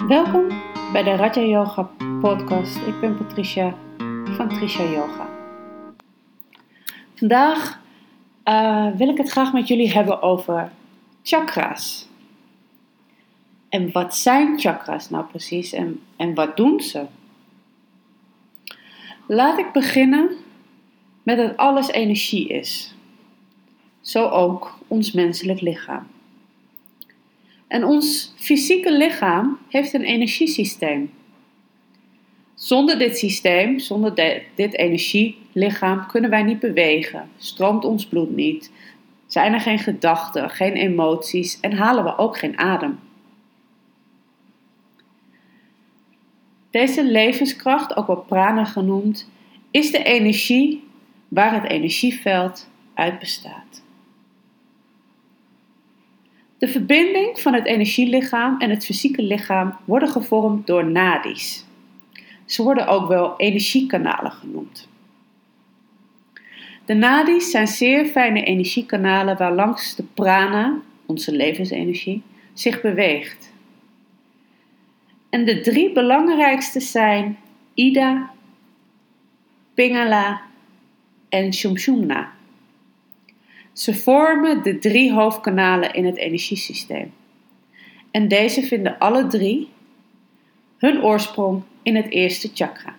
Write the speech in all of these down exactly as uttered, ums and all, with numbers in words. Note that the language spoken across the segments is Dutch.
Welkom bij de Raja Yoga podcast. Ik ben Patricia van Trisha Yoga. Vandaag uh, wil ik het graag met jullie hebben over chakra's. En wat zijn chakra's nou precies en, en wat doen ze? Laat ik beginnen met dat alles energie is. Zo ook ons menselijk lichaam. En ons fysieke lichaam heeft een energiesysteem. Zonder dit systeem, zonder de, dit energielichaam kunnen wij niet bewegen. Stroomt ons bloed niet. Zijn er geen gedachten, geen emoties en halen we ook geen adem. Deze levenskracht, ook wel prana genoemd, is de energie waar het energieveld uit bestaat. De verbinding van het energielichaam en het fysieke lichaam worden gevormd door nadis. Ze worden ook wel energiekanalen genoemd. De nadis zijn zeer fijne energiekanalen waarlangs de prana, onze levensenergie, zich beweegt. En de drie belangrijkste zijn Ida, Pingala en Sushumna. Ze vormen de drie hoofdkanalen in het energiesysteem. En deze vinden alle drie hun oorsprong in het eerste chakra.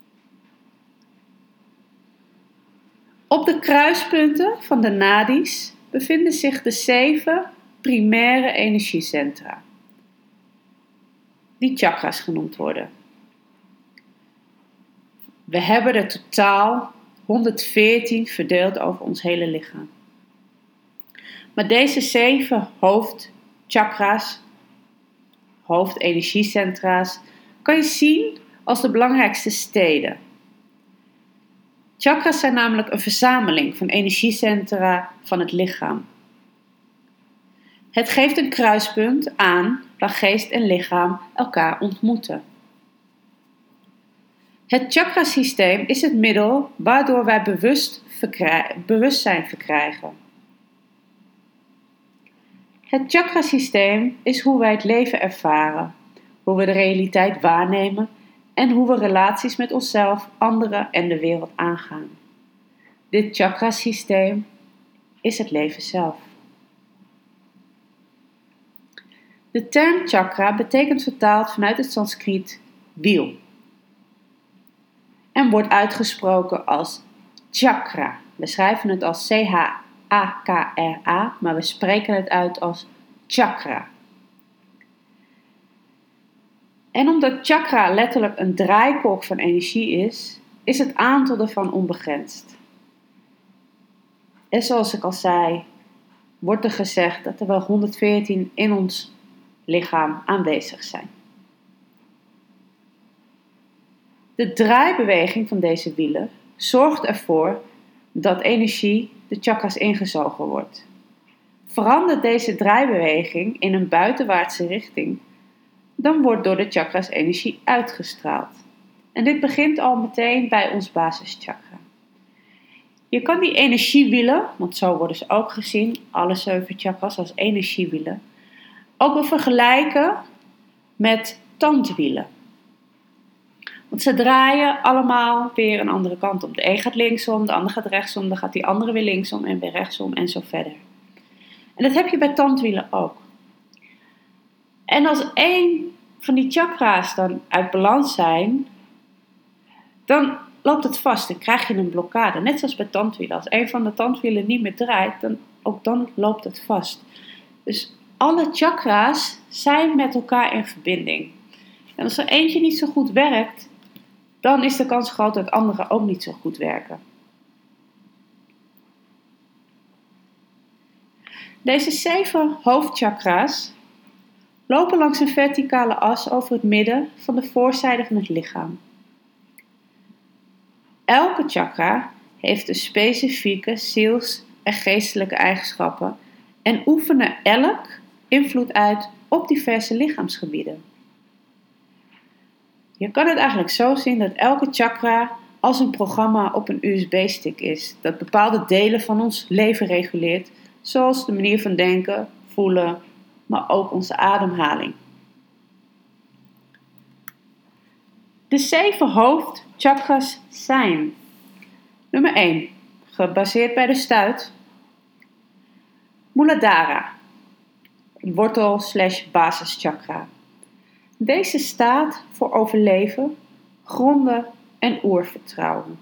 Op de kruispunten van de nadis bevinden zich de zeven primaire energiecentra, die chakras genoemd worden. We hebben er totaal honderdveertien verdeeld over ons hele lichaam. Maar deze zeven hoofdchakra's, hoofdenergiecentra's, kan je zien als de belangrijkste steden. Chakras zijn namelijk een verzameling van energiecentra van het lichaam. Het geeft een kruispunt aan waar geest en lichaam elkaar ontmoeten. Het chakrasysteem is het middel waardoor wij bewust verkrij- bewustzijn verkrijgen. Het chakrasysteem is hoe wij het leven ervaren, hoe we de realiteit waarnemen en hoe we relaties met onszelf, anderen en de wereld aangaan. Dit chakrasysteem is het leven zelf. De term chakra betekent vertaald vanuit het Sanskriet wiel en wordt uitgesproken als chakra. We schrijven het als C H A K R A, maar we spreken het uit als chakra. En omdat chakra letterlijk een draaikolk van energie is, is het aantal ervan onbegrensd. En zoals ik al zei, wordt er gezegd dat er wel honderdveertien in ons lichaam aanwezig zijn. De draaibeweging van deze wielen zorgt ervoor dat energie de chakras ingezogen wordt. Verandert deze draaibeweging in een buitenwaartse richting, dan wordt door de chakras energie uitgestraald. En dit begint al meteen bij ons basischakra. Je kan die energiewielen, want zo worden ze ook gezien, alle zeven chakras als energiewielen, ook wel vergelijken met tandwielen. Want ze draaien allemaal weer een andere kant op. De een gaat linksom, de ander gaat rechtsom, dan gaat die andere weer linksom en weer rechtsom en zo verder. En dat heb je bij tandwielen ook. En als één van die chakra's dan uit balans zijn, dan loopt het vast en krijg je een blokkade. Net zoals bij tandwielen. Als één van de tandwielen niet meer draait, dan, ook dan loopt het vast. Dus alle chakra's zijn met elkaar in verbinding. En als er eentje niet zo goed werkt, dan is de kans groot dat andere ook niet zo goed werken. Deze zeven hoofdchakra's lopen langs een verticale as over het midden van de voorzijde van het lichaam. Elke chakra heeft een specifieke ziels- en geestelijke eigenschappen en oefenen elk invloed uit op diverse lichaamsgebieden. Je kan het eigenlijk zo zien dat elke chakra als een programma op een U S B-stick is, dat bepaalde delen van ons leven reguleert, zoals de manier van denken, voelen, maar ook onze ademhaling. de zeven hoofdchakras zijn: nummer één, gebaseerd bij de stuit, Muladhara, wortel slash basischakra. Deze staat voor overleven, gronden en oervertrouwen.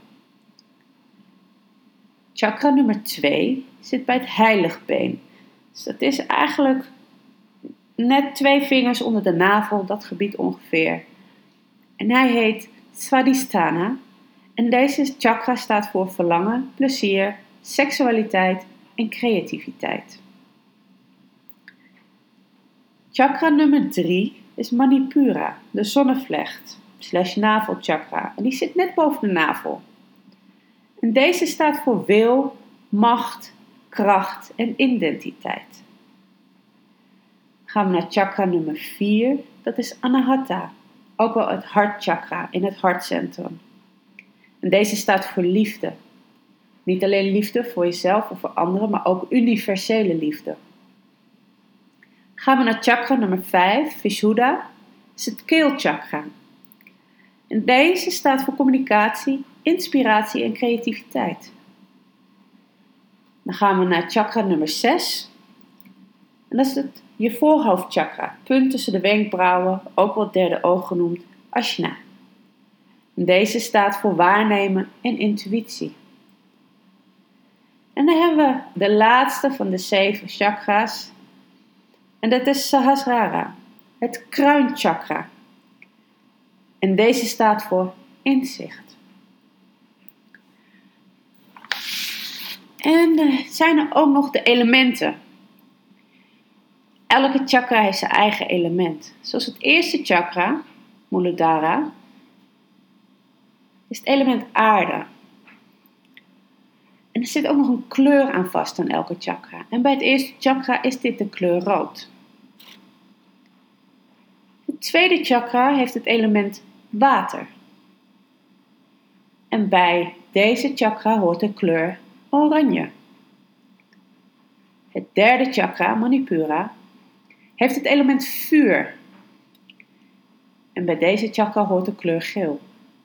Chakra nummer twee zit bij het heiligbeen. Dus dat is eigenlijk net twee vingers onder de navel, dat gebied ongeveer. En hij heet Svadhisthana. En deze chakra staat voor verlangen, plezier, seksualiteit en creativiteit. Chakra nummer drie is Manipura, de zonnevlecht, slash navelchakra. En die zit net boven de navel. En deze staat voor wil, macht, kracht en identiteit. Gaan we naar chakra nummer vier, dat is Anahata, ook wel het hartchakra in het hartcentrum. En deze staat voor liefde. Niet alleen liefde voor jezelf of voor anderen, maar ook universele liefde. Gaan we naar chakra nummer vijf, Vishuddha, is het keelchakra. En deze staat voor communicatie, inspiratie en creativiteit. Dan gaan we naar chakra nummer zes. En dat is het, je voorhoofdchakra, punt tussen de wenkbrauwen, ook wel derde oog genoemd, Ajna. En deze staat voor waarnemen en intuïtie. En dan hebben we de laatste van de zeven chakra's. En dat is Sahasrara, het kruinchakra. En deze staat voor inzicht. En er zijn er ook nog de elementen. Elke chakra heeft zijn eigen element. Zoals het eerste chakra, Muladhara, is het element aarde. En er zit ook nog een kleur aan vast aan elke chakra. En bij het eerste chakra is dit de kleur rood. Het tweede chakra heeft het element water. En bij deze chakra hoort de kleur oranje. Het derde chakra, Manipura, heeft het element vuur. En bij deze chakra hoort de kleur geel.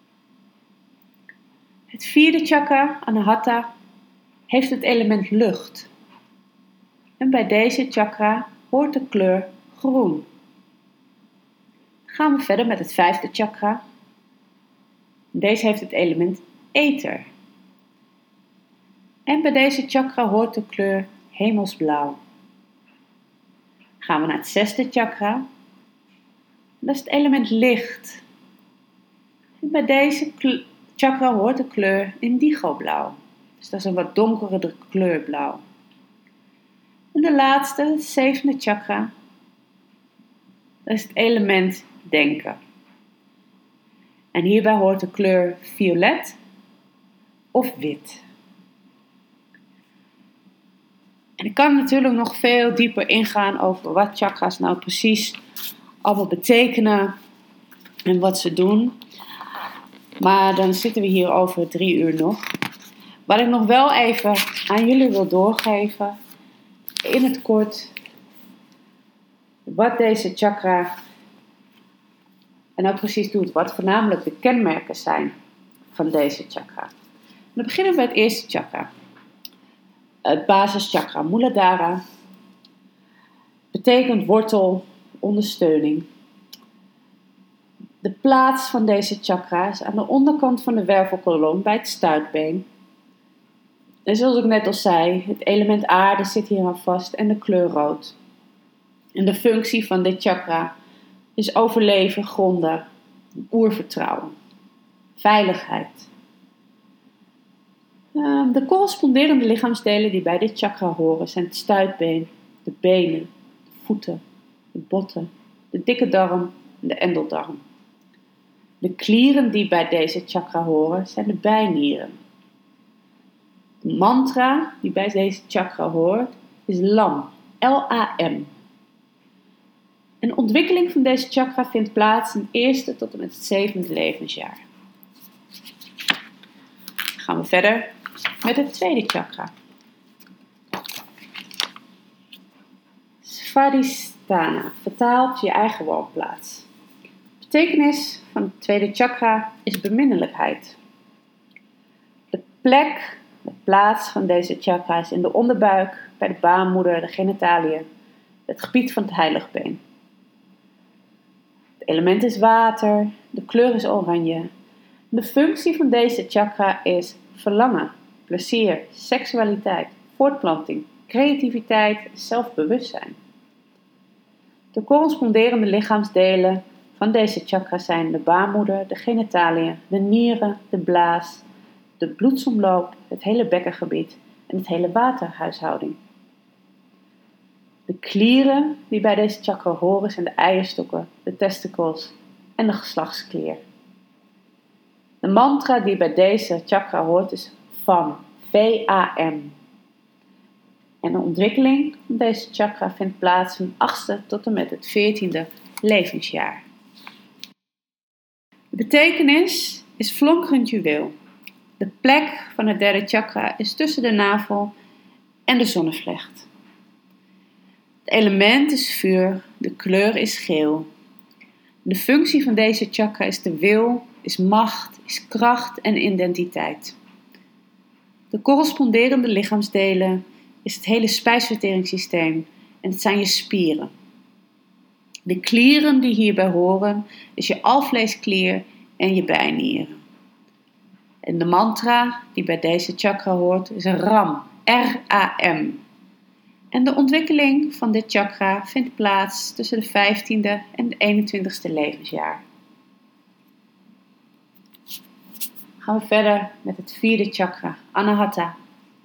Het vierde chakra, Anahata, heeft het element lucht. En bij deze chakra hoort de kleur groen. Gaan we verder met het vijfde chakra. Deze heeft het element ether. En bij deze chakra hoort de kleur hemelsblauw. Gaan we naar het zesde chakra. Dat is het element licht. En bij deze chakra hoort de kleur indigoblauw. Dus dat is een wat donkere kleur blauw. En de laatste, het zevende chakra. Dat is het element denken. En hierbij hoort de kleur violet of wit. En ik kan natuurlijk nog veel dieper ingaan over wat chakras nou precies allemaal betekenen en wat ze doen. Maar dan zitten we hier over drie uur nog. Wat ik nog wel even aan jullie wil doorgeven, in het kort, wat deze chakra en nou precies doet, wat voornamelijk de kenmerken zijn van deze chakra. Dan beginnen we bij het eerste chakra. Het basischakra, Muladhara, betekent wortel, ondersteuning. De plaats van deze chakra is aan de onderkant van de wervelkolom bij het stuitbeen. En zoals ik net al zei, het element aarde zit hier aan vast en de kleur rood. En de functie van dit chakra is overleven, gronden, oervertrouwen, veiligheid. De corresponderende lichaamsdelen die bij dit chakra horen zijn het stuitbeen, de benen, de voeten, de botten, de dikke darm en de endeldarm. De klieren die bij deze chakra horen zijn de bijnieren. De mantra die bij deze chakra hoort is LAM, L A M. En de ontwikkeling van deze chakra vindt plaats in het eerste tot en met het zevende levensjaar. Dan gaan we verder met het tweede chakra. Svadhisthana, vertaald je eigen woonplaats. betekenis van het tweede chakra is beminnelijkheid. De plek, de plaats van deze chakra is in de onderbuik, bij de baarmoeder, de genitaliën, het gebied van het heiligbeen. Het element is water, de kleur is oranje. De functie van deze chakra is verlangen, plezier, seksualiteit, voortplanting, creativiteit, zelfbewustzijn. De corresponderende lichaamsdelen van deze chakra zijn de baarmoeder, de genitaliën, de nieren, de blaas, de bloedsomloop, het hele bekkengebied en het hele waterhuishouding. De klieren die bij deze chakra horen zijn de eierstokken, de testikels en de geslachtsklier. De mantra die bij deze chakra hoort is V A M, V A M. En de ontwikkeling van deze chakra vindt plaats van het achtste tot en met het veertiende levensjaar. De betekenis is flonkerend juweel. De plek van het derde chakra is tussen de navel en de zonnevlecht. Het element is vuur, de kleur is geel. De functie van deze chakra is de wil, is macht, is kracht en identiteit. De corresponderende lichaamsdelen is het hele spijsverteringssysteem en het zijn je spieren. De klieren die hierbij horen is je alvleesklier en je bijnieren. En de mantra die bij deze chakra hoort is RAM, R A M. En de ontwikkeling van dit chakra vindt plaats tussen de vijftiende en de eenentwintigste levensjaar. Gaan we verder met het vierde chakra, Anahata.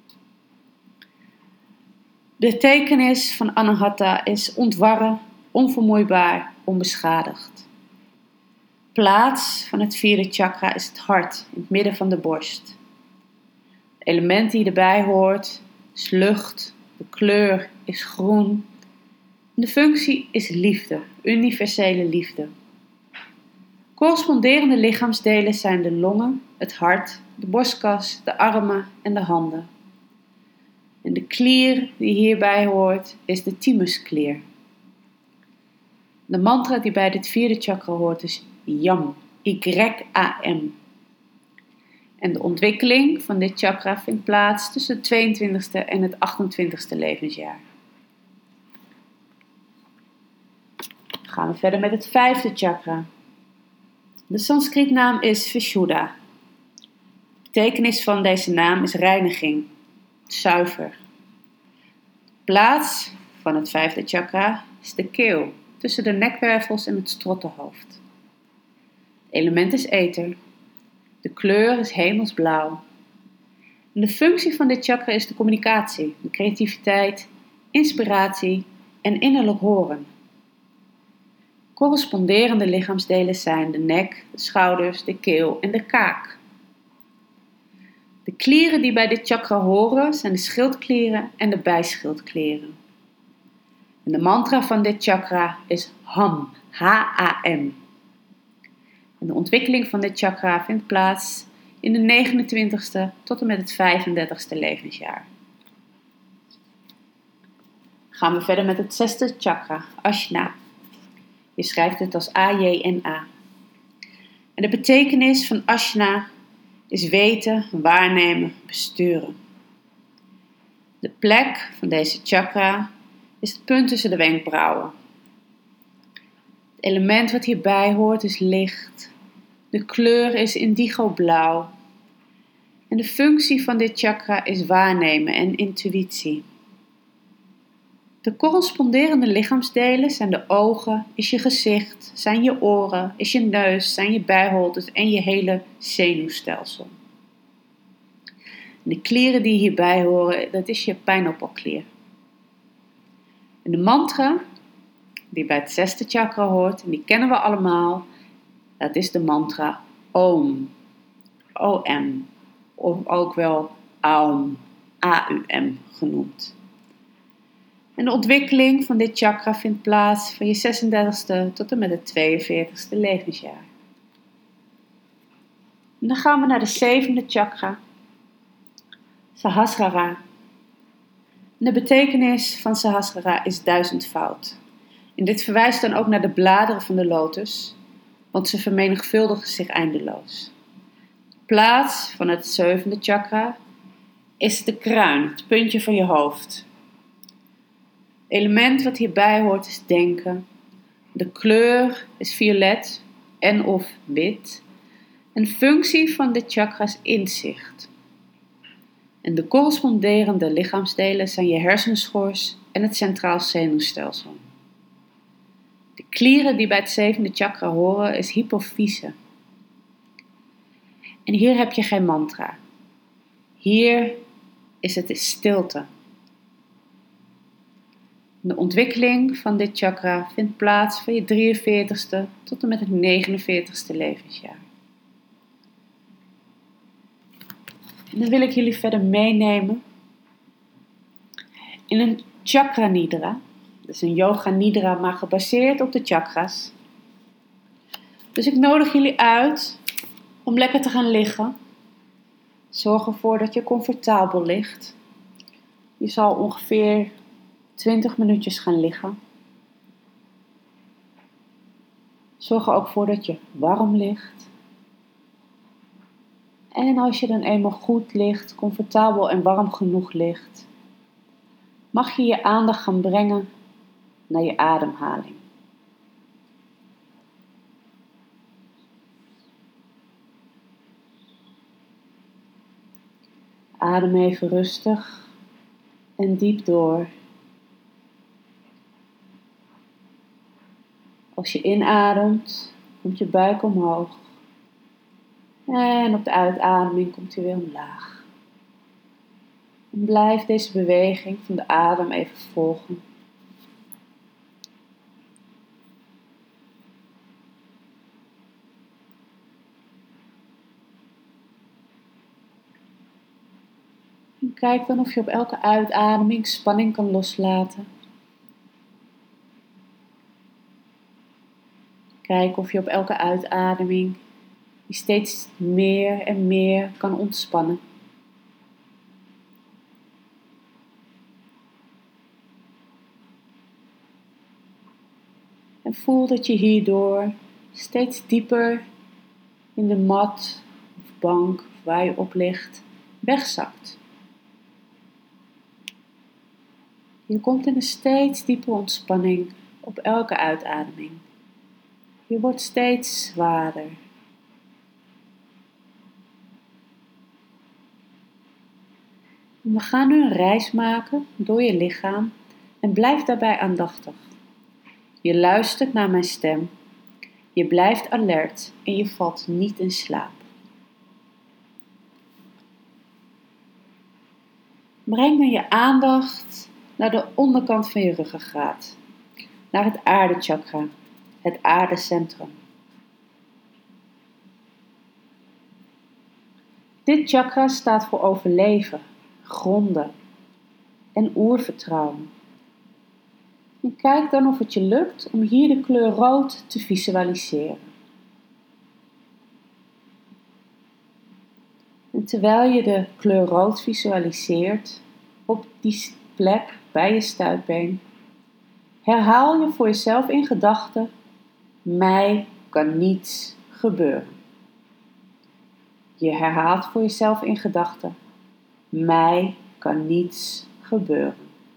De betekenis van Anahata is ontwarren, onvermoeibaar, onbeschadigd. Plaats van het vierde chakra is het hart, in het midden van de borst. Het element die erbij hoort is lucht, de kleur is groen. De functie is liefde, universele liefde. Corresponderende lichaamsdelen zijn de longen, het hart, de borstkas, de armen en de handen. En de klier die hierbij hoort is de thymusklier. De mantra die bij dit vierde chakra hoort is YAM, Y A M. En de ontwikkeling van dit chakra vindt plaats tussen het tweeëntwintigste en het achtentwintigste levensjaar. Dan gaan we verder met het vijfde chakra. De Sanskrietnaam is Vishuddha. De betekenis van deze naam is reiniging, zuiver. De plaats van het vijfde chakra is de keel, tussen de nekwervels en het strottenhoofd. Het element is ether. De kleur is hemelsblauw. En de functie van dit chakra is de communicatie, de creativiteit, inspiratie en innerlijk horen. Corresponderende lichaamsdelen zijn de nek, de schouders, de keel en de kaak. De klieren die bij dit chakra horen zijn de schildklieren en de bijschildklieren. En de mantra van dit chakra is HAM, H A M. En de ontwikkeling van dit chakra vindt plaats in de negenentwintigste tot en met het vijfendertigste levensjaar. Gaan we verder met het zesde chakra, Ajna. Je schrijft het als A J N A. En de betekenis van Ajna is weten, waarnemen, besturen. De plek van deze chakra is het punt tussen de wenkbrauwen. Het element wat hierbij hoort is licht. De kleur is indigoblauw. En de functie van dit chakra is waarnemen en intuïtie. De corresponderende lichaamsdelen zijn de ogen, is je gezicht, zijn je oren, is je neus, zijn je bijholtes en je hele zenuwstelsel. En de klieren die hierbij horen, dat is je pijnoppelklier. En de mantra die bij het zesde chakra hoort, en die kennen we allemaal, dat is de mantra Om, O M, of ook wel Aum, A U M genoemd. En de ontwikkeling van dit chakra vindt plaats van je zesendertigste tot en met het tweeënveertigste levensjaar. En dan gaan we naar de zevende chakra, Sahasrara. En de betekenis van Sahasrara is duizendvoud. En dit verwijst dan ook naar de bladeren van de lotus, want ze vermenigvuldigen zich eindeloos. Plaats van het zevende chakra is de kruin, het puntje van je hoofd. Het element wat hierbij hoort is denken. De kleur is violet en of wit. Een functie van dit chakra is inzicht. En de corresponderende lichaamsdelen zijn je hersenschors en het centraal zenuwstelsel. De klieren die bij het zevende chakra horen is hypofyse. En hier heb je geen mantra. Hier is het de stilte. De ontwikkeling van dit chakra vindt plaats van je drieënveertigste tot en met het negenenveertigste levensjaar. En dan wil ik jullie verder meenemen in een chakra nidra. Dat is een yoga nidra, maar gebaseerd op de chakras. Dus ik nodig jullie uit om lekker te gaan liggen. Zorg ervoor dat je comfortabel ligt. Je zal ongeveer twintig minuutjes gaan liggen. Zorg er ook voor dat je warm ligt. En als je dan eenmaal goed ligt, comfortabel en warm genoeg ligt, mag je je aandacht gaan brengen naar je ademhaling. Adem even rustig en diep door. Als je inademt, komt je buik omhoog. En op de uitademing komt hij weer omlaag. En blijf deze beweging van de adem even volgen. En kijk dan of je op elke uitademing spanning kan loslaten. Kijk of je op elke uitademing je steeds meer en meer kan ontspannen. En voel dat je hierdoor steeds dieper in de mat of bank waar je op ligt wegzakt. Je komt in een steeds diepere ontspanning op elke uitademing. Je wordt steeds zwaarder. We gaan nu een reis maken door je lichaam en blijf daarbij aandachtig. Je luistert naar mijn stem, je blijft alert en je valt niet in slaap. Breng dan je aandacht naar de onderkant van je ruggengraat, naar het aardechakra, het aardecentrum. Dit chakra staat voor overleven, gronden en oervertrouwen. En kijk dan of het je lukt om hier de kleur rood te visualiseren. En terwijl je de kleur rood visualiseert op die plek bij je stuitbeen, herhaal je voor jezelf in gedachten: mij kan niets gebeuren. Je herhaalt voor jezelf in gedachten: mij kan niets gebeuren.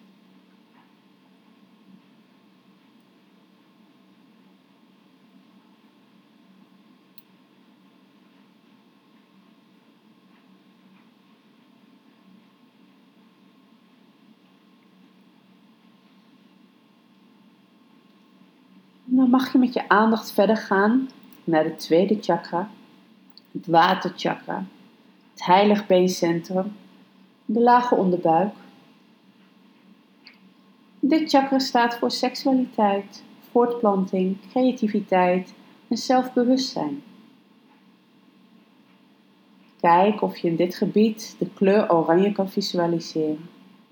Dan mag je met je aandacht verder gaan naar het tweede chakra, het waterchakra, het heiligbeencentrum, de lage onderbuik. Dit chakra staat voor seksualiteit, voortplanting, creativiteit en zelfbewustzijn. Kijk of je in dit gebied de kleur oranje kan visualiseren.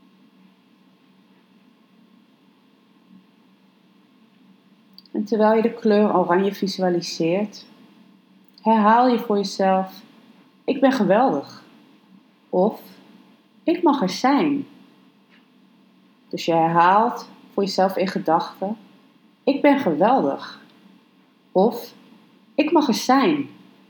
En terwijl je de kleur oranje visualiseert, herhaal je voor jezelf: ik ben geweldig. Of ik mag er zijn. Dus je herhaalt voor jezelf in gedachten: ik ben geweldig. Of Ik mag er zijn.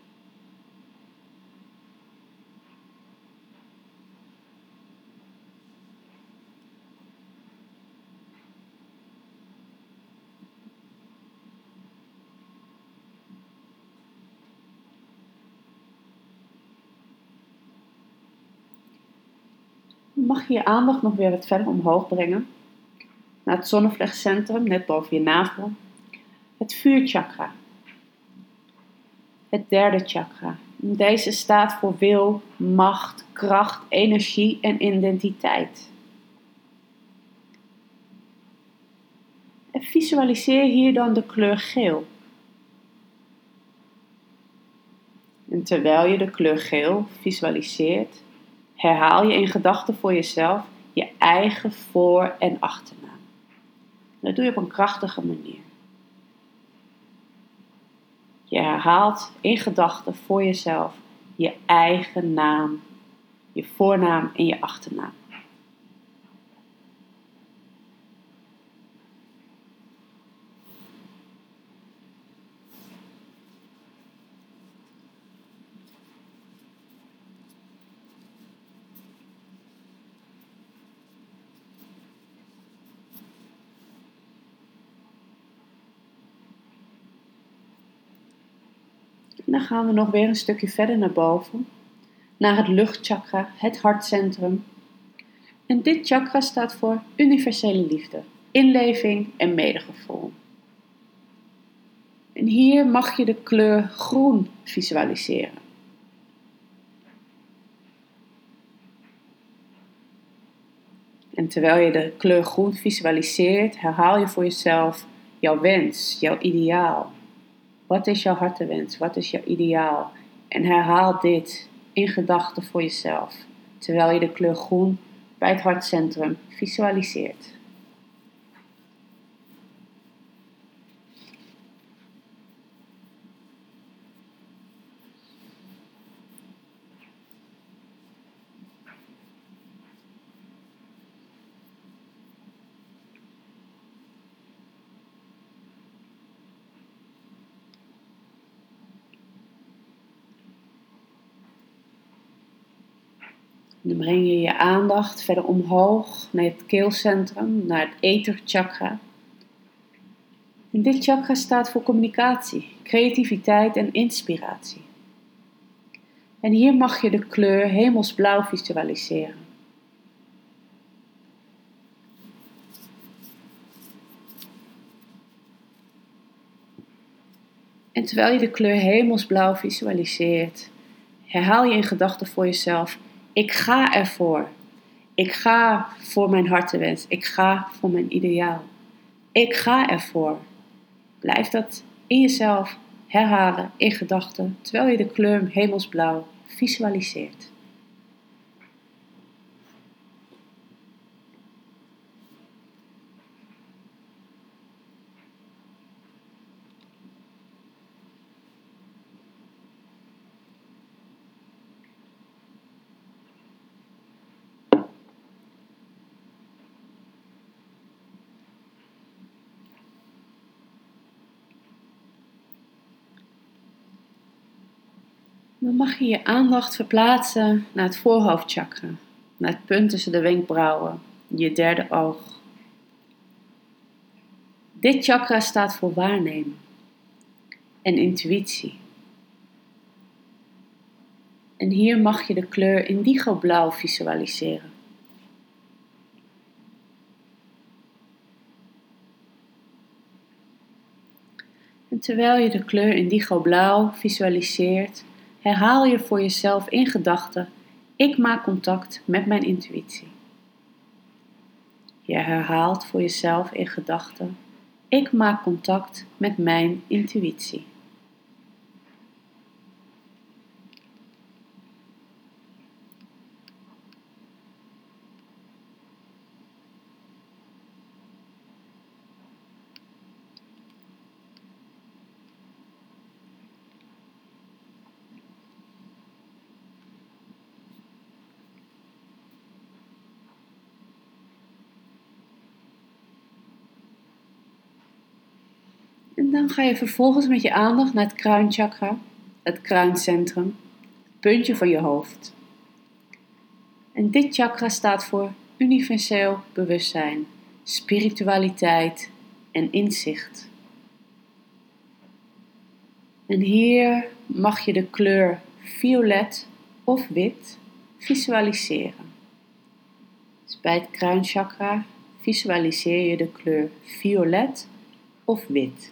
Mag je je aandacht nog weer wat verder omhoog brengen, naar het zonnevlechtcentrum, net boven je navel, het vuurchakra, het derde chakra. Deze staat voor wil, macht, kracht, energie en identiteit. En visualiseer hier dan de kleur geel. En terwijl je de kleur geel visualiseert, herhaal je in gedachten voor jezelf je eigen voor- en achternaam. Dat doe je op een krachtige manier. Je herhaalt in gedachten voor jezelf je eigen naam, je voornaam en je achternaam. En dan gaan we nog weer een stukje verder naar boven, naar het luchtchakra, het hartcentrum. En dit chakra staat voor universele liefde, inleving en medegevoel. En hier mag je de kleur groen visualiseren. En terwijl je de kleur groen visualiseert, herhaal je voor jezelf jouw wens, jouw ideaal. Wat is jouw hartenwens? Wat is jouw ideaal? En herhaal dit in gedachten voor jezelf, terwijl je de kleur groen bij het hartcentrum visualiseert. Dan breng je je aandacht verder omhoog naar het keelcentrum, naar het etherchakra. En dit chakra staat voor communicatie, creativiteit en inspiratie. En hier mag je de kleur hemelsblauw visualiseren. En terwijl je de kleur hemelsblauw visualiseert, herhaal je in gedachten voor jezelf: ik ga ervoor. Ik ga voor mijn hartenwens. Ik ga voor mijn ideaal. Ik ga ervoor. Blijf dat in jezelf herhalen in gedachten, terwijl je de kleur hemelsblauw visualiseert. Dan mag je je aandacht verplaatsen naar het voorhoofdchakra, naar het punt tussen de wenkbrauwen, je derde oog. Dit chakra staat voor waarnemen en intuïtie. En hier mag je de kleur indigoblauw visualiseren. En terwijl je de kleur indigoblauw visualiseert, herhaal je voor jezelf in gedachten: ik maak contact met mijn intuïtie. Je herhaalt voor jezelf in gedachten: ik maak contact met mijn intuïtie. En dan ga je vervolgens met je aandacht naar het kruinchakra, het kruincentrum, het puntje van je hoofd. En dit chakra staat voor universeel bewustzijn, spiritualiteit en inzicht. En hier mag je de kleur violet of wit visualiseren. Dus bij het kruinchakra visualiseer je de kleur violet of wit.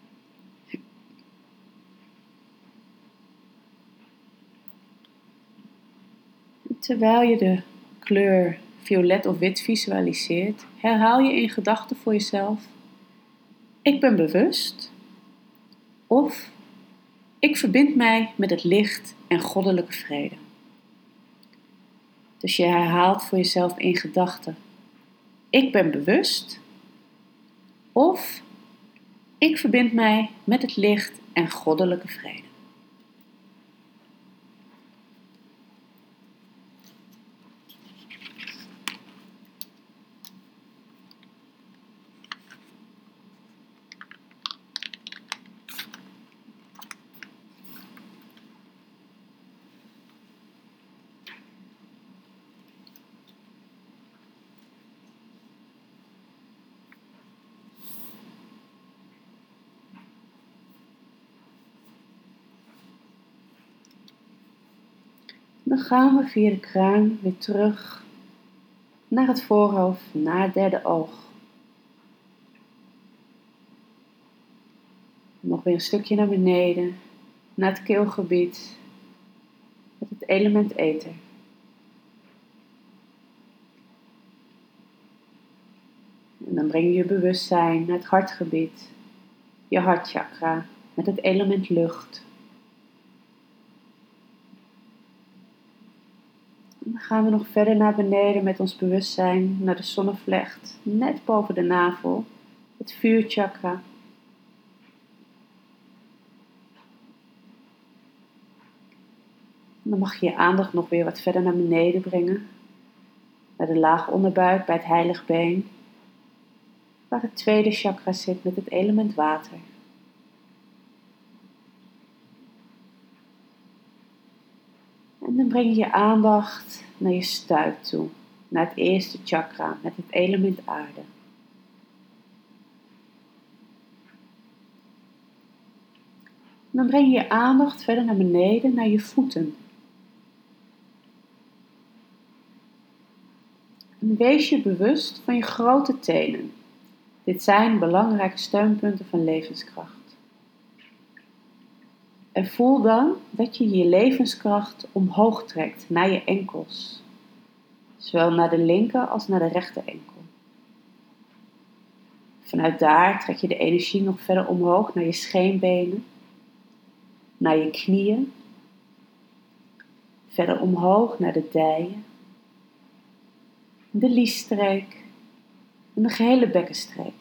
Terwijl je de kleur violet of wit visualiseert, herhaal je in gedachten voor jezelf: ik ben bewust, of ik verbind mij met het licht en goddelijke vrede. Dus je herhaalt voor jezelf in gedachten: ik ben bewust, of ik verbind mij met het licht en goddelijke vrede. Dan gaan we via de kruin weer terug naar het voorhoofd, naar het derde oog. Nog weer een stukje naar beneden, naar het keelgebied, met het element ether. En dan breng je je bewustzijn naar het hartgebied, je hartchakra, met het element lucht. En dan gaan we nog verder naar beneden met ons bewustzijn naar de zonnevlecht, net boven de navel, het vuurchakra. En dan mag je je aandacht nog weer wat verder naar beneden brengen, naar de lage onderbuik bij het heiligbeen, waar het tweede chakra zit met het element water. En dan breng je je aandacht naar je stuit toe, naar het eerste chakra met het element aarde. En dan breng je je aandacht verder naar beneden, naar je voeten. En wees je bewust van je grote tenen. Dit zijn belangrijke steunpunten van levenskracht. En voel dan dat je je levenskracht omhoog trekt naar je enkels. Zowel naar de linker als naar de rechter enkel. Vanuit daar trek je de energie nog verder omhoog naar je scheenbenen, naar je knieën, verder omhoog naar de dijen, de liesstreek en de gehele bekkenstreek.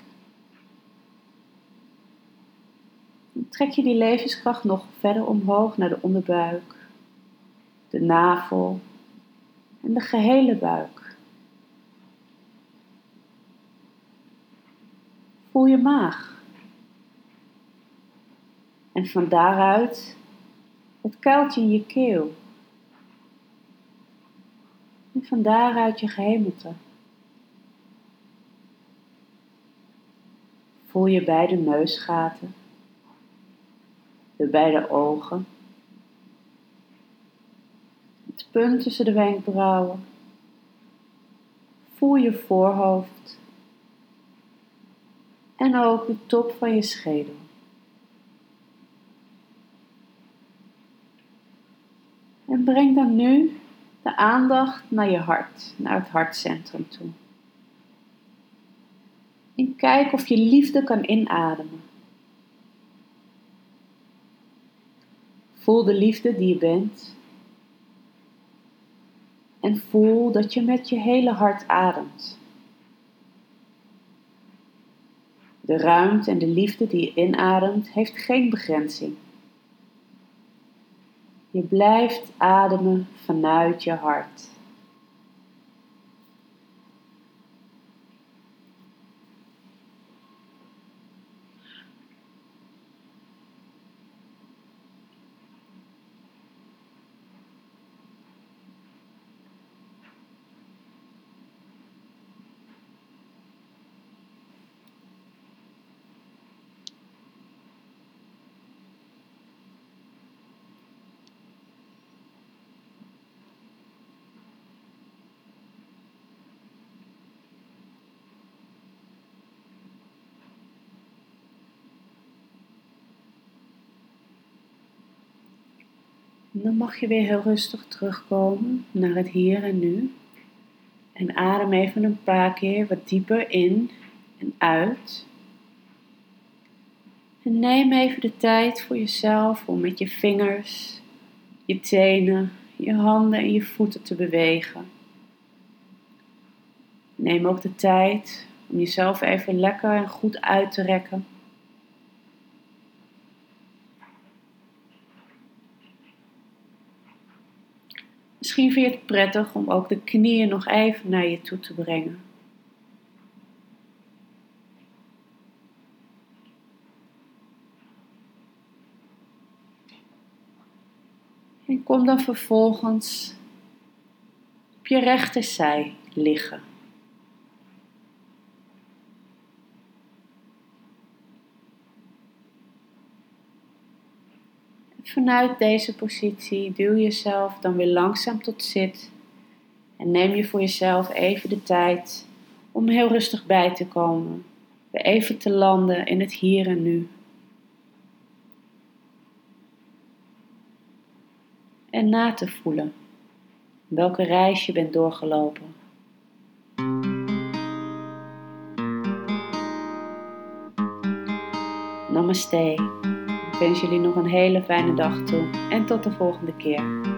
Dan trek je die levenskracht nog verder omhoog naar de onderbuik, de navel en de gehele buik. Voel je maag. En van daaruit het kuiltje in je keel. En van daaruit je gehemelte. Voel je beide neusgaten, de beide ogen, het punt tussen de wenkbrauwen. Voel je voorhoofd en ook de top van je schedel. En breng dan nu de aandacht naar je hart, naar het hartcentrum toe. En kijk of je liefde kan inademen. Voel de liefde die je bent. En voel dat je met je hele hart ademt. De ruimte en de liefde die je inademt heeft geen begrenzing. Je blijft ademen vanuit je hart. Dan mag je weer heel rustig terugkomen naar het hier en nu. En adem even een paar keer wat dieper in en uit. En neem even de tijd voor jezelf om met je vingers, je tenen, je handen en je voeten te bewegen. Neem ook de tijd om jezelf even lekker en goed uit te rekken. Misschien vind je het prettig om ook de knieën nog even naar je toe te brengen. En kom dan vervolgens op je rechterzij liggen. Vanuit deze positie duw jezelf dan weer langzaam tot zit en neem je voor jezelf even de tijd om heel rustig bij te komen, weer even te landen in het hier en nu. En na te voelen welke reis je bent doorgelopen. Namaste. Ik wens jullie nog een hele fijne dag toe en tot de volgende keer.